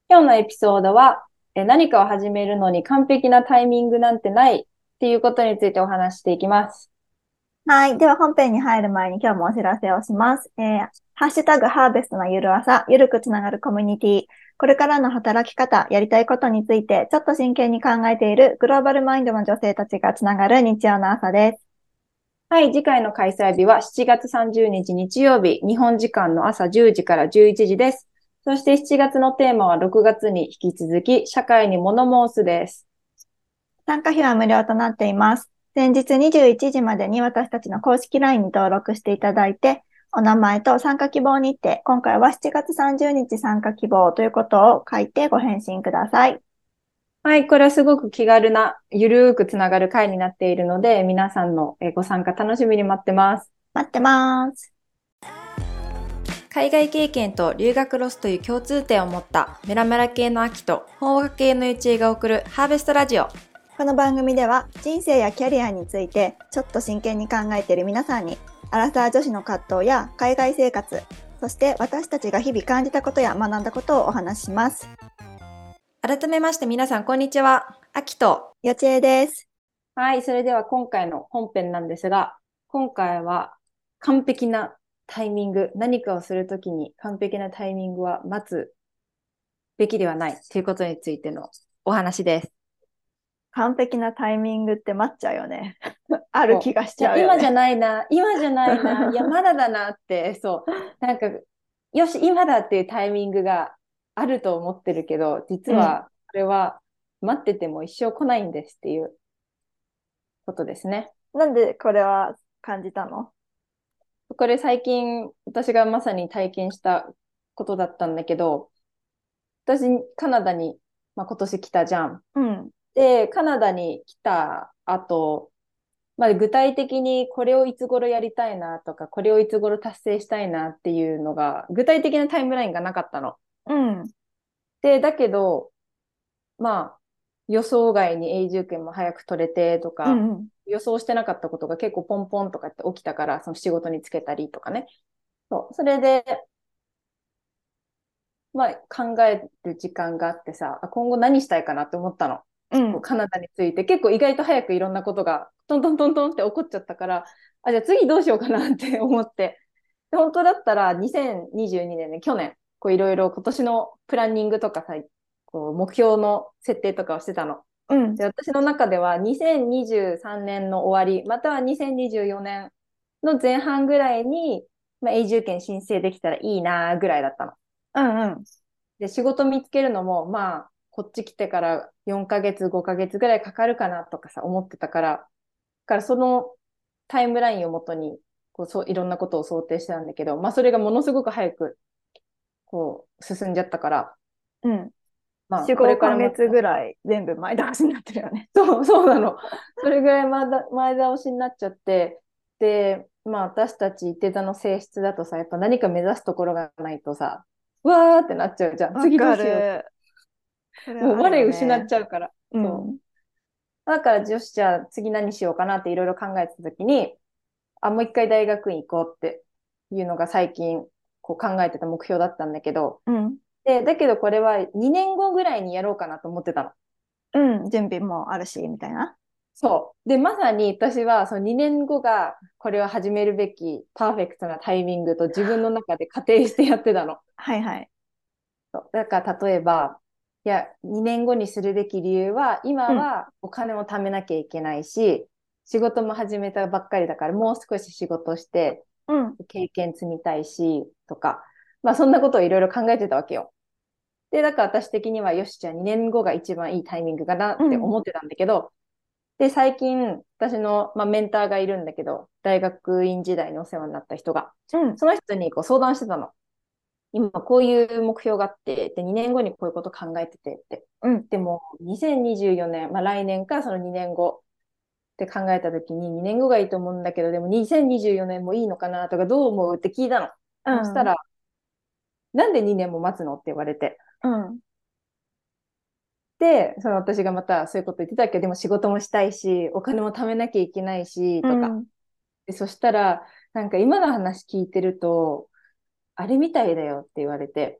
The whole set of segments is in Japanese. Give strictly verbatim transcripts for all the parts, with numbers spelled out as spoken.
今日のエピソードは、え何かを始めるのに完璧なタイミングなんてないっていうことについてお話していきます。 はい。では本編に入る前に今日もお知らせをします。えーハッシュタグハーベストなゆる朝、ゆるくつながるコミュニティ、これからの働き方、やりたいことについて、ちょっと真剣に考えているグローバルマインドの女性たちがつながる日曜の朝です。 はい、次回の開催日はしちがつさんじゅうにち日曜日、日本時間の朝じゅうじからじゅういちじです。そしてしちがつのテーマはろくがつに引き続き、社会に物申すです。 参加費は無料となっています。先日にじゅういちじまでに私たちの公式 ライン に登録していただいて、お名前と参加希望日程、今回はしちがつさんじゅうにち参加希望ということを書いてご返信ください。 はい、これはすごく気軽な、ゆるーくつながる会になっているので、皆さんのご参加楽しみに待ってます。 待ってます。 海外経験と留学ロスという共通点を持ったメラメラ系の秋と法学系のゆちえが送るハーベストラジオ。 この番組では人生やキャリアについてちょっと真剣に考えている皆さんにアラサー女子の葛藤や海外生活、そして私たちが日々感じたことや学んだことをお話しします。 改めまして皆さんこんにちは。秋と。 よちえです。 はい、それでは今回の本編なんですが、今回は完璧なタイミング、何かをするときに完璧なタイミングは待つべきではないということについてのお話です。 完璧なタイミングって待っちゃうよね。ある気そう。 がしいや、今じゃちゃうよね。 ないな、今じゃないな、いや、まだだなって、そう。なんか、よし、今だっていうタイミングがあると思ってるけど、実うん。 は、これは待ってても一生来ないんですっていうことですね。 なんでこれは感じたの？ これ最近、私がまさに体験したことだったんだけど、私、カナダに、まあ、今年来たじゃん。 うん。 で、カナダに来た後、まあ、具体的にこれをいつ頃やりたいなとか、これをいつ頃達成したいなっていうのが、具体的なタイムラインがなかったの。 うん。 で、だけど、まあ、予想外に永住権も早く取れてとか、 うん。うん。 予想してなかったことが結構ポンポンとかって起きたから、その仕事につけたりとかね。そう。それで、まあ、考える時間があってさ、あ今後何したいかなって思ったの。 うん。 こうカナダについて。結構意外と早くいろんなことがトントントントンって起こっちゃったから、あ、じゃあ次どうしようかなって思って。で本当だったらにせんにじゅうにねんね、去年、こういろいろ今年のプランニングとかさ、こう目標の設定とかをしてたの。 うん。 で、私の中ではにせんにじゅうさんねんの終わり、またはにせんにじゅうよねんの前半ぐらいに、まあ、永住権申請できたらいいなぐらいだったの。 うん。うん。 で、仕事見つけるのも、まあ、こっち来てからよんかげつ、ごかげつぐらいかかるかなとかさ、思ってたから、だからそのタイムラインをもとに、こう、そう、いろんなことを想定してたんだけど、まあ、それがものすごく早く、こう、進んじゃったから、 うん。 まあ、 よん、 これか 5 らまた、 ヶ月ぐらい全部前倒しになってるよね。 そう、そうなの。それぐらいまだ前倒しになっちゃって、で、まあ、私たち一手座の性質だとさ、やっぱ何か目指すところがないとさ、うわーってなっちゃうじゃん。 わか次どうしよう。 る。それもうはある我失っよね。 ちゃうから。そう。 うん。 だから、よし、じゃあ次何しようかなっていろいろ考えてたときに、あ、もう一回大学院行こうっていうのが最近こう考えてた目標だったんだけど、 うん。 で、だけどこれはにねんごぐらいにやろうかなと思ってたの。 うん。準備もあるし、みたいな。 そう。で、まさに私はそのにねんごがこれを始めるべきパーフェクトなタイミングと自分の中で仮定してやってたの。 はいはい。 そうだから例えば、いや、にねんごにするべき理由は、今うん。 はお金を貯めなきゃいけないし、仕事も始めたばっかりだから、もう少し仕事して、 うん。 経験積みたいし、とか、まあそんなことをいろいろ考えてたわけよ。で、だから私的には、よし、じゃあにねんごが一番いいタイミングかなってうん。 思ってたんだけど、で、最近、私の、まあ、メンターがいるんだけど、大学院時代にお世話になった人が、 うん。 その人にこう相談してたの。今こういう目標があって、で、にねんごにこういうこと考えててって。 うん。 でも、にせんにじゅうよねん、まあ来年かそのにねんごって考えたときに、にねんごがいいと思うんだけど、でもにせんにじゅうよねんもいいのかなとか、どう思うって聞いたの。 うん。 そしたら、なんでにねんも待つのって言われて。 うん。 で、その私がまたそういうこと言ってたけど、でも仕事もしたいし、お金も貯めなきゃいけないし、とか。 うん。 で、そしたら、なんか今の話聞いてると、あれみたいだよって言われて。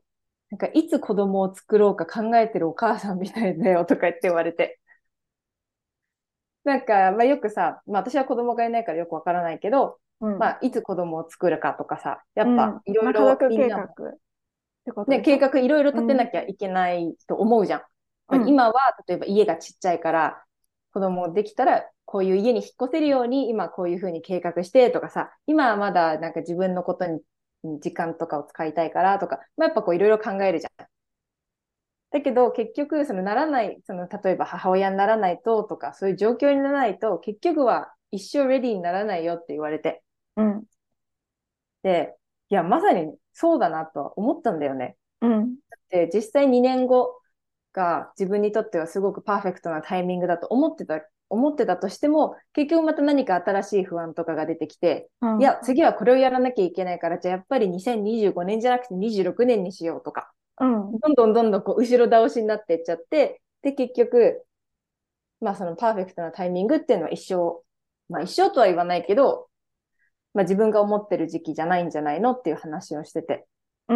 なんかいつ子供を作ろうか考えてるお母さんみたいだよとか言って言われて。なんか、まあよくさ、まあ私は子供がいないからよくわからないけど、 うん。 まあいつ子供を作るかとかさ、やうん。 っぱいろまあ、 い家族計ろみんなも画ってことね、 でしょ？ 計画いろいろうん。 立てなきゃいけないと思うじゃん。やっぱうん。 り今は例えば家がちっちゃいから子供できたらこういう家に引っ越せるように今こういうふうに計画してとかさ、今はまだなんか自分のことに時間とかを使いたいからとか、まあ、やっぱこういろいろ考えるじゃん。だけど結局そのならない、その例えば母親にならないととかそういう状況にならないと結局は一生レディーにならないよって言われて。 うん。 で、いや、まさにそうだなとは思ったんだよね。 うん。 で、実際にねんごが自分にとってはすごくパーフェクトなタイミングだと思ってた、思ってたとしても、結局また何か新しい不安とかが出てきて、 うん。 いや、次はこれをやらなきゃいけないから、じゃあやっぱりにせんにじゅうごねんじゃなくてにじゅうろくねんにしようとか、 うん。 どんどんどんどんこう後ろ倒しになっていっちゃって、で、結局、まあそのパーフェクトなタイミングっていうのは一生、まあ一生とは言わないけど、まあ自分が思ってる時期じゃないんじゃないのっていう話をしてて。 うん。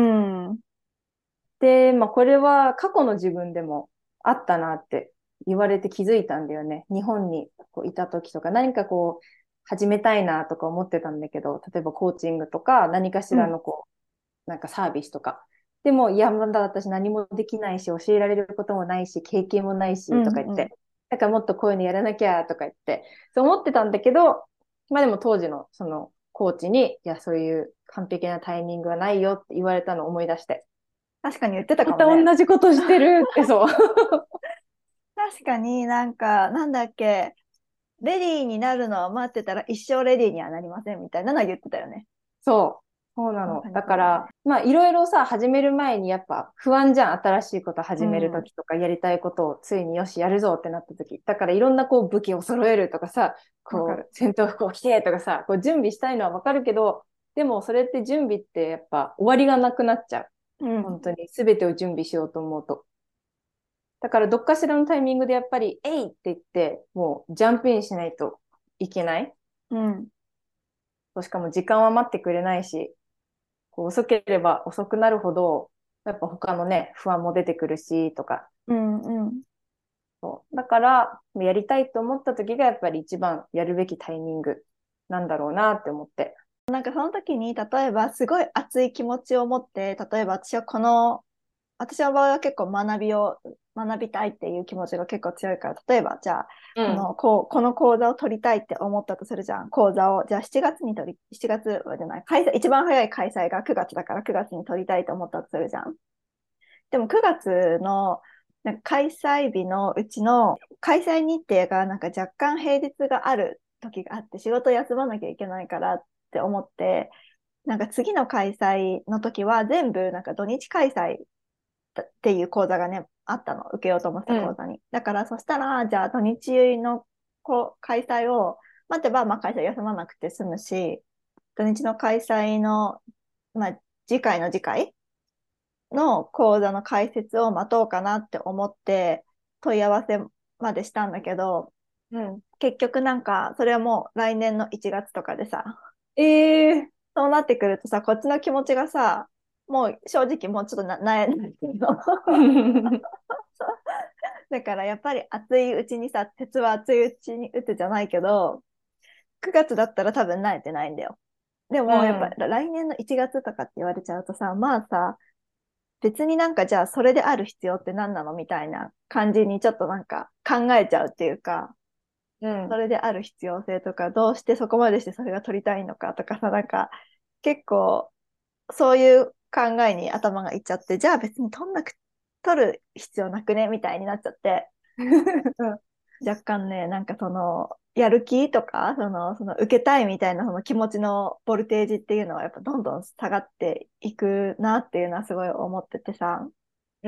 で、まあ、これは過去の自分でもあったなって言われて気づいたんだよね。日本にこういた時とか何かこう始めたいなとか思ってたんだけど、例えばコーチングとか何かしうん。 らのこう、なんかサービスとか。でも、いや、まだ私何もできないし、教えられることもないし、経験もないし、とか言っうん。 て。だからもっとこういうのやらなきゃとか言って、そう思ってたんだけど、まあでも当時のそのコーチに、いや、そういう完璧なタイミングはないよって言われたのを思い出して。 確かに言ってたまかもね。 た同じことしてるってそう。 確かになんか、なんだっけ、レディーになるのを待ってたら一生レディーにはなりませんみたいなのは言ってたよね。 そう。そうなの。 まさにだから、 そうだね。 まあいろいろさ、始める前にやっぱ不安じゃん。新しいこと始めるとうん。 きとか、やりたいことをついによし、やるぞってなったとき。だからいろんなこう武器を揃えるとかさ、 わかる。 こう戦闘服を着てとかさ、こう準備したいのはわかるけど、でもそれって準備ってやっぱ終わりがなくなっちゃう。 うん。 本当に全てを準備しようと思うと。だからどっかしらのタイミングでやっぱり、えいって言って、もうジャンプインしないといけない。 うん。 しかも時間は待ってくれないし、こう遅ければ遅くなるほど、やっぱ他のね、不安も出てくるし、とか。 うん。うん。 そうだから、やりたいと思った時がやっぱり一番やるべきタイミングなんだろうなって思って。 なんかその時に、例えばすごい熱い気持ちを持って、例えば私はこの、私の場合は結構学びを、学びたいっていう気持ちが結構強いから、例えばじゃあ、 うん。 この、こう、この講座を取りたいって思ったとするじゃん。講座を。じゃあしちがつに取り、しちがつはじゃない。開催、一番早い開催がくがつだからくがつに取りたいと思ったとするじゃん。でもくがつのなんか開催日のうちの開催日程がなんか若干平日がある時があって仕事休まなきゃいけないからって思って、なんか次の開催の時は全部なんか土日開催っていう講座がね、あったの。受けようと思ってうん。 た講座に。だからそしたら、じゃあ土日のこう開催を待てば、まあ開催休まなくて済むし、土日の開催の、まあ次回の次回の講座の解説を待とうかなって思って問い合わせまでしたんだけど、 うん。 結局なんかそれはもう来年のいちがつとかでさ、 ええそうなってくるとさ、こっちの気持ちがさ、もう正直もうちょっとな、なえないけど。 ー。 だからやっぱり熱いうちにさ、鉄は熱いうちに打つじゃないけど、くがつだったら多分慣れてないんだよ。でもやっぱうん。 来年のいちがつとかって言われちゃうとさ、まあさ、別になんかじゃあそれである必要って何なのみたいな感じにちょっとなんか考えちゃうっていうか、 うん。 それである必要性とか、どうしてそこまでしてそれが取りたいのかとかさ、なんか結構そういう考えに頭がいっちゃって、じゃあ別に取んなく、取る必要なくねみたいになっちゃって、若干ね、なんかその、やる気とか、その、その受けたいみたいなその気持ちのボルテージっていうのはやっぱどんどん下がっていくなっていうのはすごい思っててさ、 うん。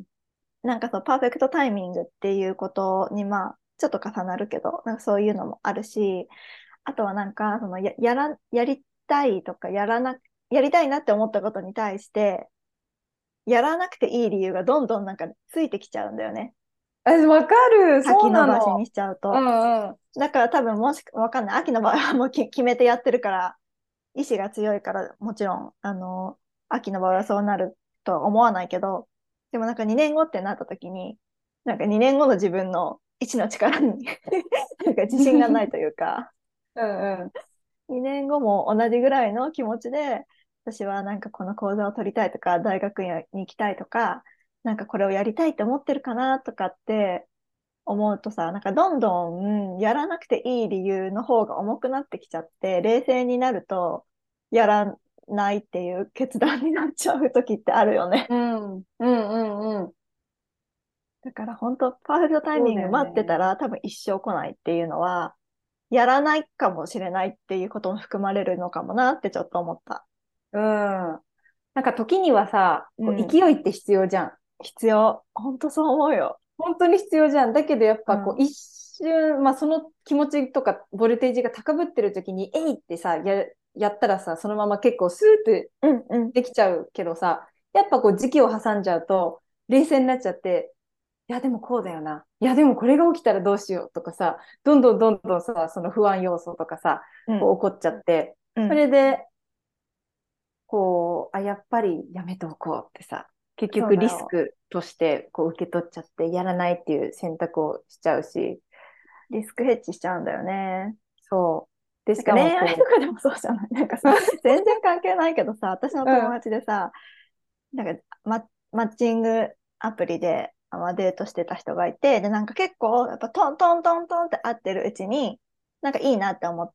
なんかそう、パーフェクトタイミングっていうことに、まあ、ちょっと重なるけど、なんかそういうのもあるし、あとはなんか、そのや、やら、やりたいとか、やらな、やりたいなって思ったことに対して、やらなくていい理由がどんどんなんかついてきちゃうんだよね。 あ、わかる。そ先うなの。 延ばしにしちゃううと。 んうん。 だから多分もし、わかんない。秋の場合はもうき決めてやってるから、意志が強いから、もちろん、あの、秋の場合はそうなるとは思わないけど、でもなんかにねんごってなった時に、なんかにねんごの自分の一の力になんか自信がないというか、 うんうん。 にねんごも同じぐらいの気持ちで、私はなんかこの講座を取りたいとか、大学に行きたいとか、なんかこれをやりたいって思ってるかなとかって思うとさ、なんかどんどん、うんやらなくていい理由の方が重くなってきちゃって、冷静になると、やらないっていう決断になっちゃう時ってあるよね。 うん、うん、うん、うん。 だから本当、パーフェクトタイミングそうだよね。 待ってたら多分一生来ないっていうのは、やらないかもしれないっていうことも含まれるのかもなってちょっと思った。 うん。なんか時にはさ、こううん。 勢いって必要じゃん。 必要。本当そう思うよ。 本当に必要じゃん。だけどやっうん。 ぱこう一瞬、まあその気持ちとかボルテージが高ぶってる時に、えいってさ、や、やったらさ、そのまま結構スーってうんうん。 できちゃうけどさ、やっぱこう時期を挟んじゃうと、冷静になっちゃって、いやでもこうだよな。いやでもこれが起きたらどうしようとかさ、どんどんどんどんさ、その不安要素とかさ、 うん。 こう起こっちゃって、そうん。 れで、こう、あ、やっぱりやめておこうってさ、結局リスそうだよ。 クとしてこう受け取っちゃってやらないっていう選択をしちゃうし、 リスクヘッジしちゃうんだよね。 そう。で、しかなんか恋愛ともこかでもそうじゃない。なんかさ、全然関係ないけどさ、私のう、う友ん、 達でさ、なんかマ、マッチングアプリで、まあ、デートしてた人がいて、で、なんか結構、やっぱトントントントンって会ってるうちに、なんかいいなって思って、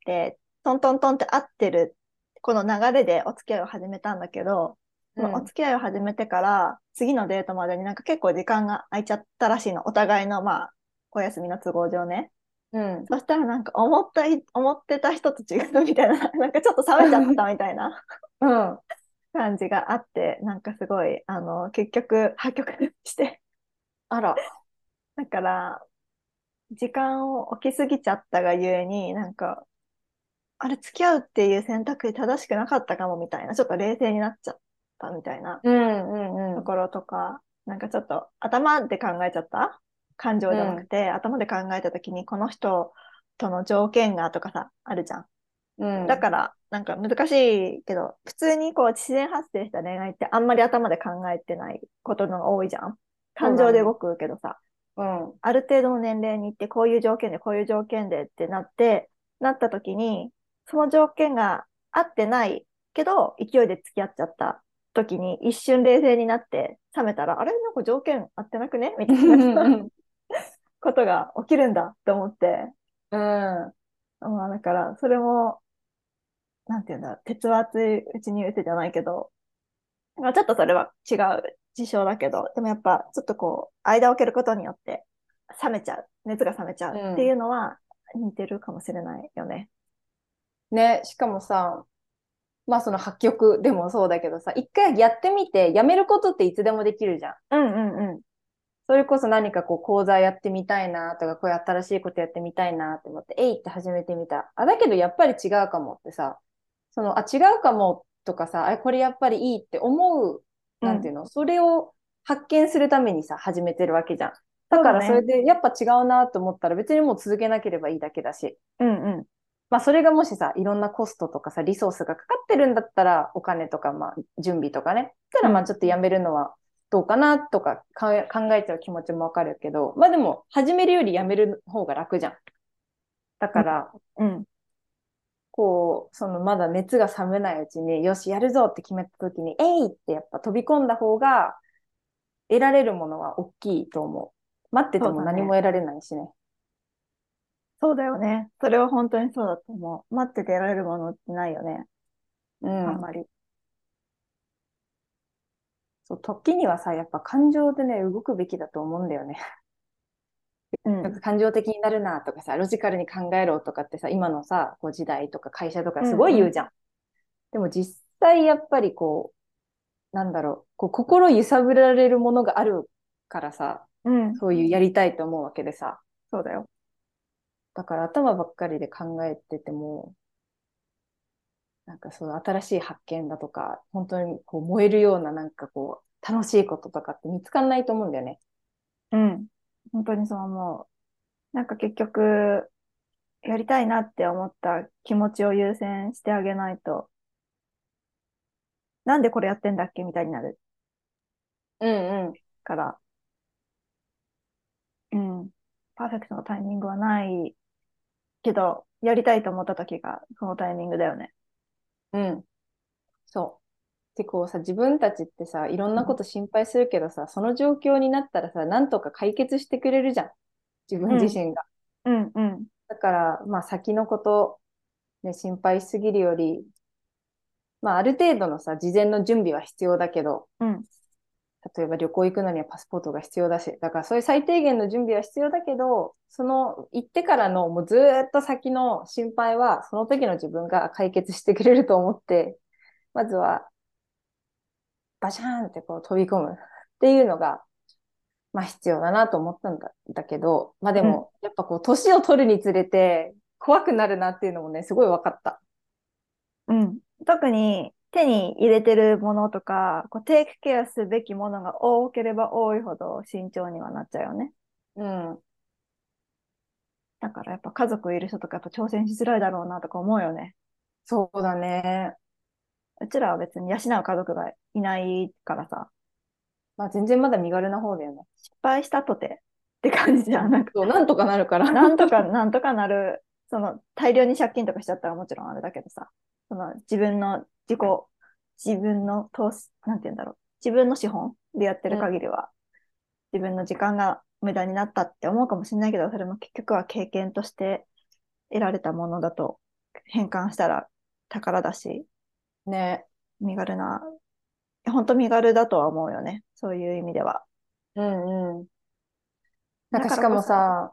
トントントンって会ってる、この流れでお付き合いを始めたんだけど、そのおうん、 付き合いを始めてから、次のデートまでになんか結構時間が空いちゃったらしいの。お互いの、まあ、お休みの都合上ね。 うん、 そしたらなんか思ったい、思ってた人と違うみたいな、なんかちょっと冷めちゃったみたいなうん。 感じがあって、なんかすごい、あの、結局破局して、 あら、 だから、時間を置きすぎちゃったがゆえに、なんか、あれ付き合うっていう選択肢正しくなかったかもみたいな、ちょっと冷静になっちゃったみたいなうん、うん、うん、 ところとか、なんかちょっと頭で考えちゃった感情じゃなくうん、 て、頭で考えた時にこの人との条件がとかさ、あるじゃん。 うん。 だから、なんか難しいけど、普通にこう自然発生した恋愛ってあんまり頭で考えてないことのが多いじゃん。感そうだね。 情で動くけどさ、 うん、 ある程度の年齢に行ってこういう条件でこういう条件でってなって、なった時に、その条件が合ってないけど、勢いで付き合っちゃった時に一瞬冷静になって冷めたら、あれなんか条件合ってなくねみうたいなん、 ことが起きるんだと思って、 うん、 まあだから、それも、なんていうんだ、鉄は熱いうちに打てじゃないけど、まあ、ちょっとそれは違う事象だけど、でもやっぱちょっとこう、間を空けることによって冷めちゃう、熱が冷めちゃうっていうん。 うのは似てるかもしれないよね。 ね、しかもさ、まあその破局でもそうだけどさ、一回やってみて、やめることっていつでもできるじゃん。 うんうんうん。 それこそ何かこう講座やってみたいなとか、こういう新しいことやってみたいなって思って、えいって始めてみた。あ、だけどやっぱり違うかもってさ、その、あ、違うかもとかさ、あ、これやっぱりいいって思う、 うん。 なんていうの、それを発見するためにさ、始めてるわけじゃん。だからそれそうだね。 でやっぱ違うなと思ったら別にもう続けなければいいだけだし。 うんうん。 まあそれがもしさ、いろんなコストとかさ、リソースがかかってるんだったら、お金とか、まあ準備とかね。たらまあうん。 ちょっとやめるのはどうかなとか考え考えちゃう気持ちもわかるけど、まあでも始めるよりやめる方が楽じゃん。だうん。 から、 うん。 こう、そのまだ熱が冷めないうちに、よし、やるぞって決めた時に、えいってやっぱ飛び込んだ方が得られるものは大きいと思う。待っててもそうだね。 何も得られないしね。 そうだよね。それは本当にそうだと思う。待ってて得られるものってないよね。 うん。 あんまり。 そう、時にはさ、やっぱ感情でね、動くべきだと思うんだよね。 うん。 なんか感情的になるなとかさ、ロジカルに考えろとかってさ、今のさ、こう時代とか会社とかすうんうん。 ごい言うじゃん。でも実際やっぱりこう、なんだろう、こう心揺さぶられるものがあるからさ、 うん。 そういうやりたいと思うわけでさ。 そうだよ。 だから頭ばっかりで考えてても、なんかそう新しい発見だとか、本当にこう燃えるようななんかこう、楽しいこととかって見つかんないと思うんだよね。 うん。本当にそう思う。なんか結局、やりたいなって思った気持ちを優先してあげないと、なんでこれやってんだっけみたいになる。 うんうん。 から、うん。パーフェクトのタイミングはないけど、やりたいと思った時がそのタイミングだよね。 うん。そう。で、こうさ、自分たちってさ、いろんなこと心配するけどさ、その状況になったらさ、なんとか解決してくれるじゃん。自分うん、 自身が。 うん、うん、 だから、まあ先のこと、ね、心配しすぎるより、まあある程度のさ、事前の準備は必要だけど、 うん、 例えば旅行行くのにはパスポートが必要だし、だからそういう最低限の準備は必要だけど、その行ってからのもうずーっと先の心配は、その時の自分が解決してくれると思って、まずはバシャーンってこう飛び込むっていうのが、まあ必要だなと思ったんだ、だけど、まあでうん、 も、やっぱこう年を取るにつれて怖くなるなっていうのもね、すごい分かった。 うん。特に手に入れてるものとか、こうテイクケアすべきものが多ければ多いほど慎重にはなっちゃうよね。 うん。 だからやっぱ家族いる人とかやっぱ挑戦しづらいだろうなとか思うよね。 そうだね。 うちらは別に養う家族がいないからさ、 まあ全然まだ身軽な方だよね。 失敗したとてって感じじゃん。なんか、 そう、なんとかなるから。 なんとか、なんとかなる、その大量に借金とかしちゃったらもちろんあれだけどさ、その自分の自己、自分の投資、なんて言うんだろう。自分の資本でやってるうん。 限りは、自分の時間が無駄になったって思うかもしれないけど、それも結局は経験として得られたものだと変換したら宝だし、 ね。 身軽な、本当身軽だとは思うよね。そういう意味では。 うんうん。なんだかしかからこそ、 もさ、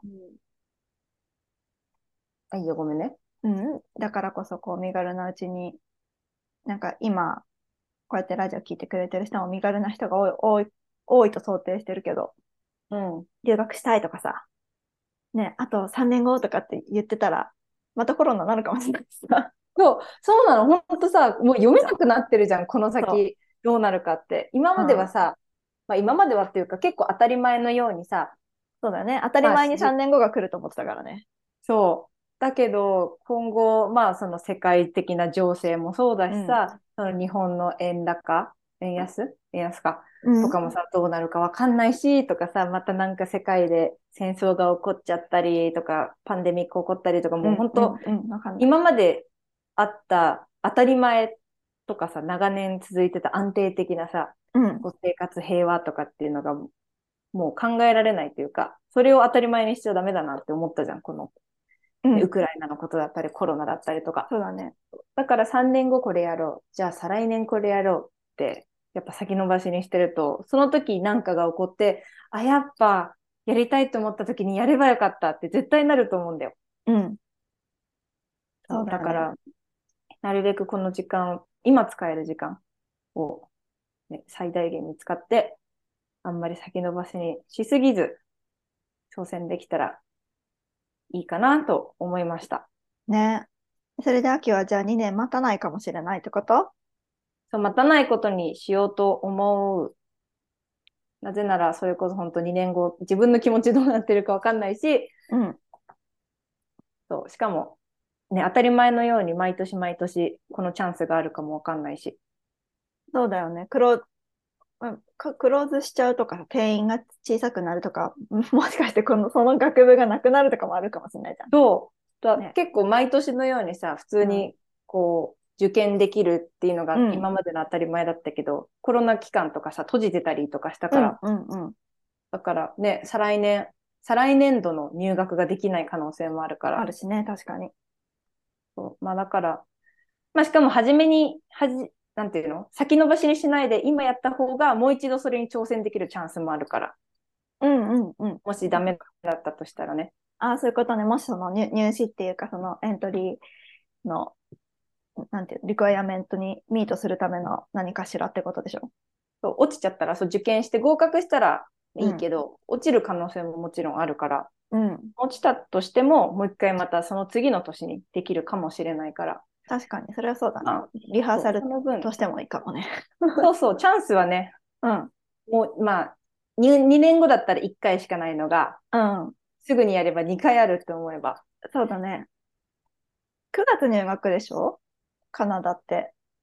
あ、いいよ、ごめんね。 うん、うん、だからこそこう身軽なうちに、なんか今、こうやってラジオ聞いてくれてる人も身軽な人が多い、多い、多いと想定してるけど、 うん。 留学したいとかさ、ね、あとさんねんごとかって言ってたら、またコロナになるかもしれないしさ。 そう、そうなの。ほんとさ、もう読めなくなってるじゃん、このそ先どうなるかって。今う。うまではん。 さ、まあ今まではっていうか結構当たり前のようにさ、 そうだよね。当たりまあ、 前に3 じ年後が来ると思ってたからね。 そう。だけど、今後、まあ、その世界的な情勢もそうだうん。 しさ、その日本の円高、円安円安かうん。 とかもさ、どうなるかわかんないし、とかさ、またなんか世界で戦争が起こっちゃったりとか、パンデミック起こったりとか、 うん。 もう本当、 うん。うん。わかんない。 今まであった当たり前とかさ、長年続いてた安定的なさ、 うん。 こう生活平和とかっていうのがもう考えられないというか、それを当たり前にしちゃダメだなって思ったじゃん、このね、ウうん。 クライナのことだったり、コロナだったりとか。 そうだね。 だからさんねんごこれやろう。じゃあ再来年これやろうって、やっぱ先延ばしにしてると、その時なんかが起こって、あ、やっぱやりたいと思った時にやればよかったって絶対なると思うんだよ。 うん。そそううだよね。 だから、なるべくこの時間、今使える時間を、ね、最大限に使って、あんまり先延ばしにしすぎず、挑戦できたらいいかなと思いました。 ね。それで秋はじゃあにねん待たないかもしれないってこと？ そう、待たないことにしようと思う。なぜなら、それこそ本当にねんご、自分の気持ちどうなってるかわかんないし、 うん。 そう、しかも、ね、当たり前のように毎年毎年、このチャンスがあるかもわかんないし。 そうだよね。クロ、うんかクローズしちゃうとか、定員が小さくなるとか、もしかしてこの、その学部がなくなるとかもあるかもしれないじゃん。 そう、だね。 結構毎年のようにさ、普通うん。 に、こう、受験できるっていうのがうん。 今までの当たり前だったけど、コロナ期間とかさ、閉じてたりとかしたうん。 から、 うん。うん。 だからね、再来年、再来年度の入学ができない可能性もあるから、 あるしね、確かに。 そうまあだから、まあ、しかも初めに、はじ、なんていうの先延ばしにしないで今やった方がもう一度それに挑戦できるチャンスもあるから、 うんうんうん。 もしダメだったとしたらね。 ああ、そういうことね。もしその入、入試っていうか、そのエントリーの、なんていうの、リクエアメントにミートするための何かしらってことでしょ？ そう落ちちゃったら、そう受験して合格したらうん。 いいけど、落ちる可能性ももちろんあるから、 うん。 落ちたとしてももう一回またその次の年にできるかもしれないから、 確かに、それはそうだね。 まあ、 リハーそうサルその分、 としてもいいかもね。 そうそう、チャンスはね、 うん。 もう、まあ、に、にねんごだったらいっかいしかないのが、 うん。 すぐにやればにかいあるって思えば、 そうだね。くがつ入学でしょ？カナダって。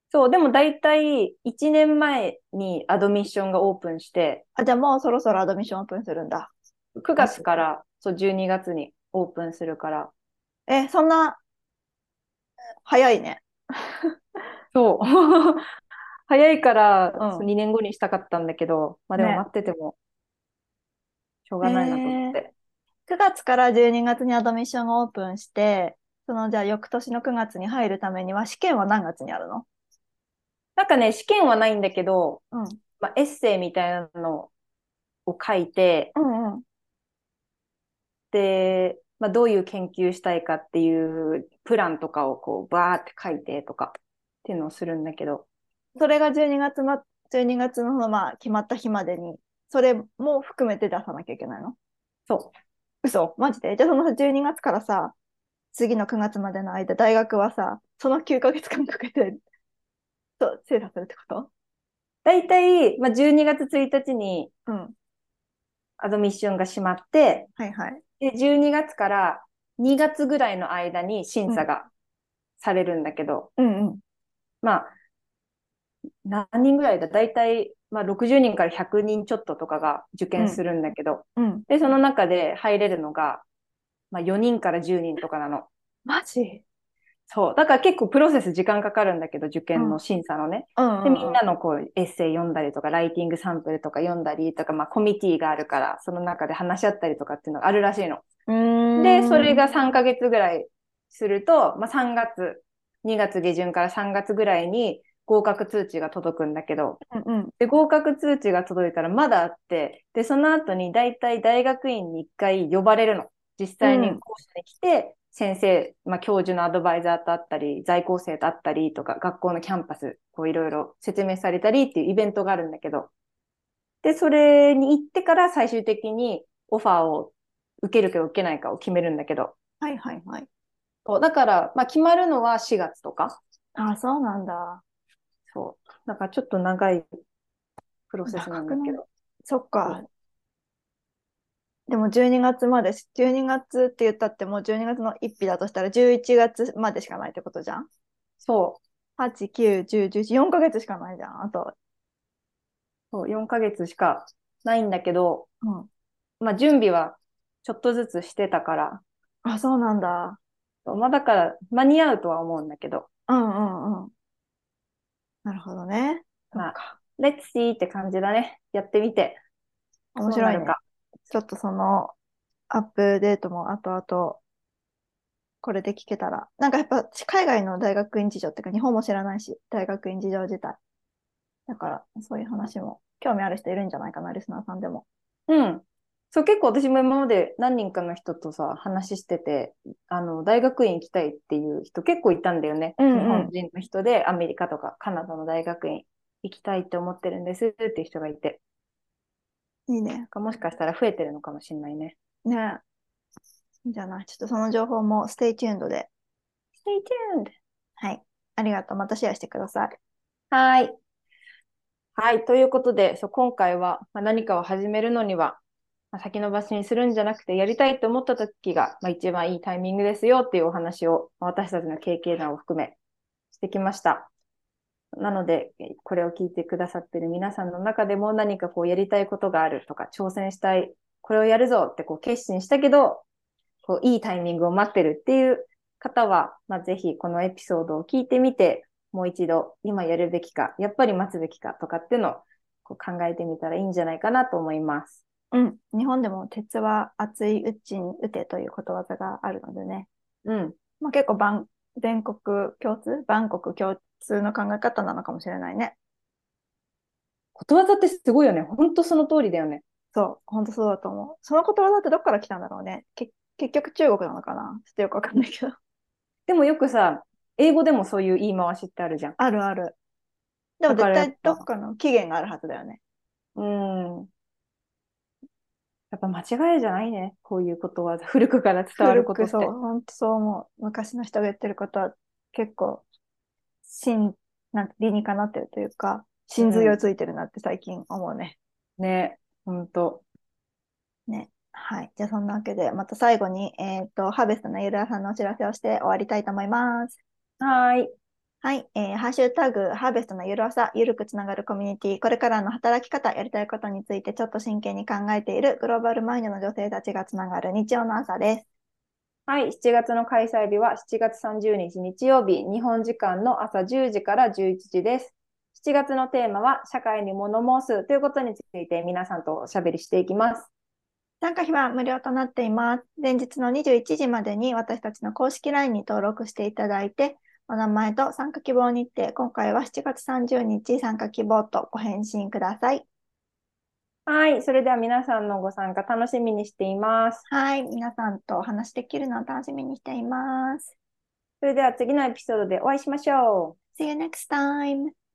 そう、でも大体いちねんまえにアドミッションがオープンして、 あ、じゃあもうそろそろアドミッションオープンするんだ。 9 マジ。 月からそうじゅうにがつにオープンするから、 え、そんな早いね。 そう。早いからそううにねんごにしたかったんだけど、まあん。ね。 でも待っててもしょうえがないなと思っー、 て。 くがつからじゅうにがつにアドミッションがオープンして、そのじゃあ翌年のくがつに入るためには試験は何月にあるの？ なんかね、試験はないんだけど、 うん。 まあ、エッセイみたいなのを書いて、 うんうん。 で、まあ、どういう研究したいかっていうプランとかをこうバーって書いてとかっていうのをするんだけど、 それがじゅうにがつま、じゅうにがつのまあ決まった日までに、それも含めて出さなきゃいけないの？ そ嘘マジで？じゃあそのじゅうにがつからさ、次のくがつまでの間、大学はさ、そのきゅうかげつかんかけて、そう、精査するってこと？ う。だいたい、まあ、じゅうにがつついたちにうん。 アドミッションが閉まって、 はいはい。 で、じゅうにがつからにがつぐらいの間に審うん。 査がされるんだけど、 うんうん。 まあ、何人ぐらいだだいたい、まあ、ろくじゅうにんからひゃくにんちょっととかが受うん。 験するんだけど、 うん。 で、その中で入れるのが、まあ、よにんからじゅうにんとかなの。 マジ？ そう。だから結構プロセス時間かかるんだけど、受うん。 験の審査のね。 うんで、みんうんうん。 なのこう、エッセイ読んだりとか、ライティングサンプルとか読んだりとか、まあ、コミュニティがあるから、その中で話し合ったりとかっていうのがあるらしいの。 うで、そーん。 れがさんかげつぐらいすると、まあ、さんがつ、にがつ下旬からさんがつぐらいに合格通知が届くんだけど、 うんうん。 で、合格通知が届いたらまだあって、で、その後に大体大学院にいっかい呼ばれるの。実う際にん。 校舎に来て、先生、まあ、教授のアドバイザーと会ったり、在校生と会ったりとか、学校のキャンパス、こういろいろ説明されたりっていうイベントがあるんだけど、で、それに行ってから最終的にオファーを受けるか受けないかを決めるんだけど、 はいはいはい。 そうだから、まあ、決まるのはしがつとか、 あ、そうなんだ。 そう。だからちょっと長いプロセスな長くない？ んだけど、 そっか。 そうでもじゅうにがつまで、じゅうにがつって言ったってもうじゅうにがつのいっぴだとしたらじゅういちがつまでしかないってことじゃん？ そうはち、きゅう、じゅう、じゅういち、よんかげつしかないじゃん。あと。 そう、よんかげつしかないんだけど、 うん。 まあ、準備はちょっとずつしてたから、 あ、そうなんだ。 まあ、だから間に合うとは思うんだけど、 うんうんうん。なるほどね。そっまあ、 か。 レッツシーって感じだね。やってみて、 面白いね。 どうなるか。 ちょっとそのアップデートも後々これで聞けたら。なんかやっぱ海外の大学院事情っていうか日本も知らないし、大学院事情自体。だからそういう話も興味ある人いるんじゃないかな、リスナーさんでも。 うん。そう、結構私も今まで何人かの人とさ、話してて、あの、大学院行きたいっていう人結構いたんだよね。日うんうん。 本人の人でアメリカとかカナダの大学院行きたいって思ってるんですっていう人がいて、 いいね。 もしかしたら増えてるのかもしれないね。 ねえ。いいんじゃない？ちょっとその情報もステイチューンドで。 Stay tuned! はい。ありがとう。またシェアしてください。 はい。はい。ということで、そう、今回は、まあ、何かを始めるのには、まあ、先延ばしにするんじゃなくて、やりたいと思った時が、まあ、一番いいタイミングですよっていうお話を、まあ私たちの経験談を含めしてきました。なので、これを聞いてくださっている皆さんの中でも何かこうやりたいことがあるとか、挑戦したい、これをやるぞってこう決心したけど、こういいタイミングを待ってるっていう方は、まあ、ぜひこのエピソードを聞いてみて、もう一度今やるべきか、やっぱり待つべきかとかっていうのをこう考えてみたらいいんじゃないかなと思います。 うん。日本でも鉄は熱いうちに打てということわざがあるのでね。 うん。 まあ、結構万全国共通、万国共通の考え方なのかもしれないね。 ことわざってすごいよね。ほんとその通りだよね。 そう、本当そうだと思う。そのことわざってどっから来たんだろうね。け結局中国なのかな、ちょっとよくわかんないけど。 でもよくさ、英語でもそういう言い回しってあるじゃん。 あるある。でもだか絶らやっぱ、 対どっかの起源があるはずだよね。 うん。やっぱ間違いじゃないね。こういうことは古くから伝わる古くそう、 ことって。 本当そう思う。昔の人が言ってることは結構、真、なんて理にかなってるというか、真髄をうん。 ついてるなって最近思うね。 ね。ほんと。 ね。はい。じゃあそんなわけで、また最後に、えっと、ハーベストのゆるやさんのお知らせをして終わりたいと思います。 はーい。 はい、えーハッシュタグ、ハーベストのゆる朝、ゆるくつながるコミュニティ、これからの働き方、やりたいことについてちょっと真剣に考えているグローバルマインドの女性たちがつながる日曜の朝です。 はい、しちがつの開催日はしちがつさんじゅうにち日曜日、日本時間の朝じゅうじからじゅういちじです。しちがつのテーマは社会に物申すということについて皆さんとおしゃべりしていきます。 参加費は無料となっています。前日のにじゅういちじまでに私たちの公式 ライン に登録していただいて、お名前と参加希望日程、今回はしちがつさんじゅうにち参加希望とご返信ください。 はい、それでは皆さんのご参加楽しみにしています。 はい、皆さんとお話できるのを楽しみにしています。 それでは次のエピソードでお会いしましょう。 See you next time!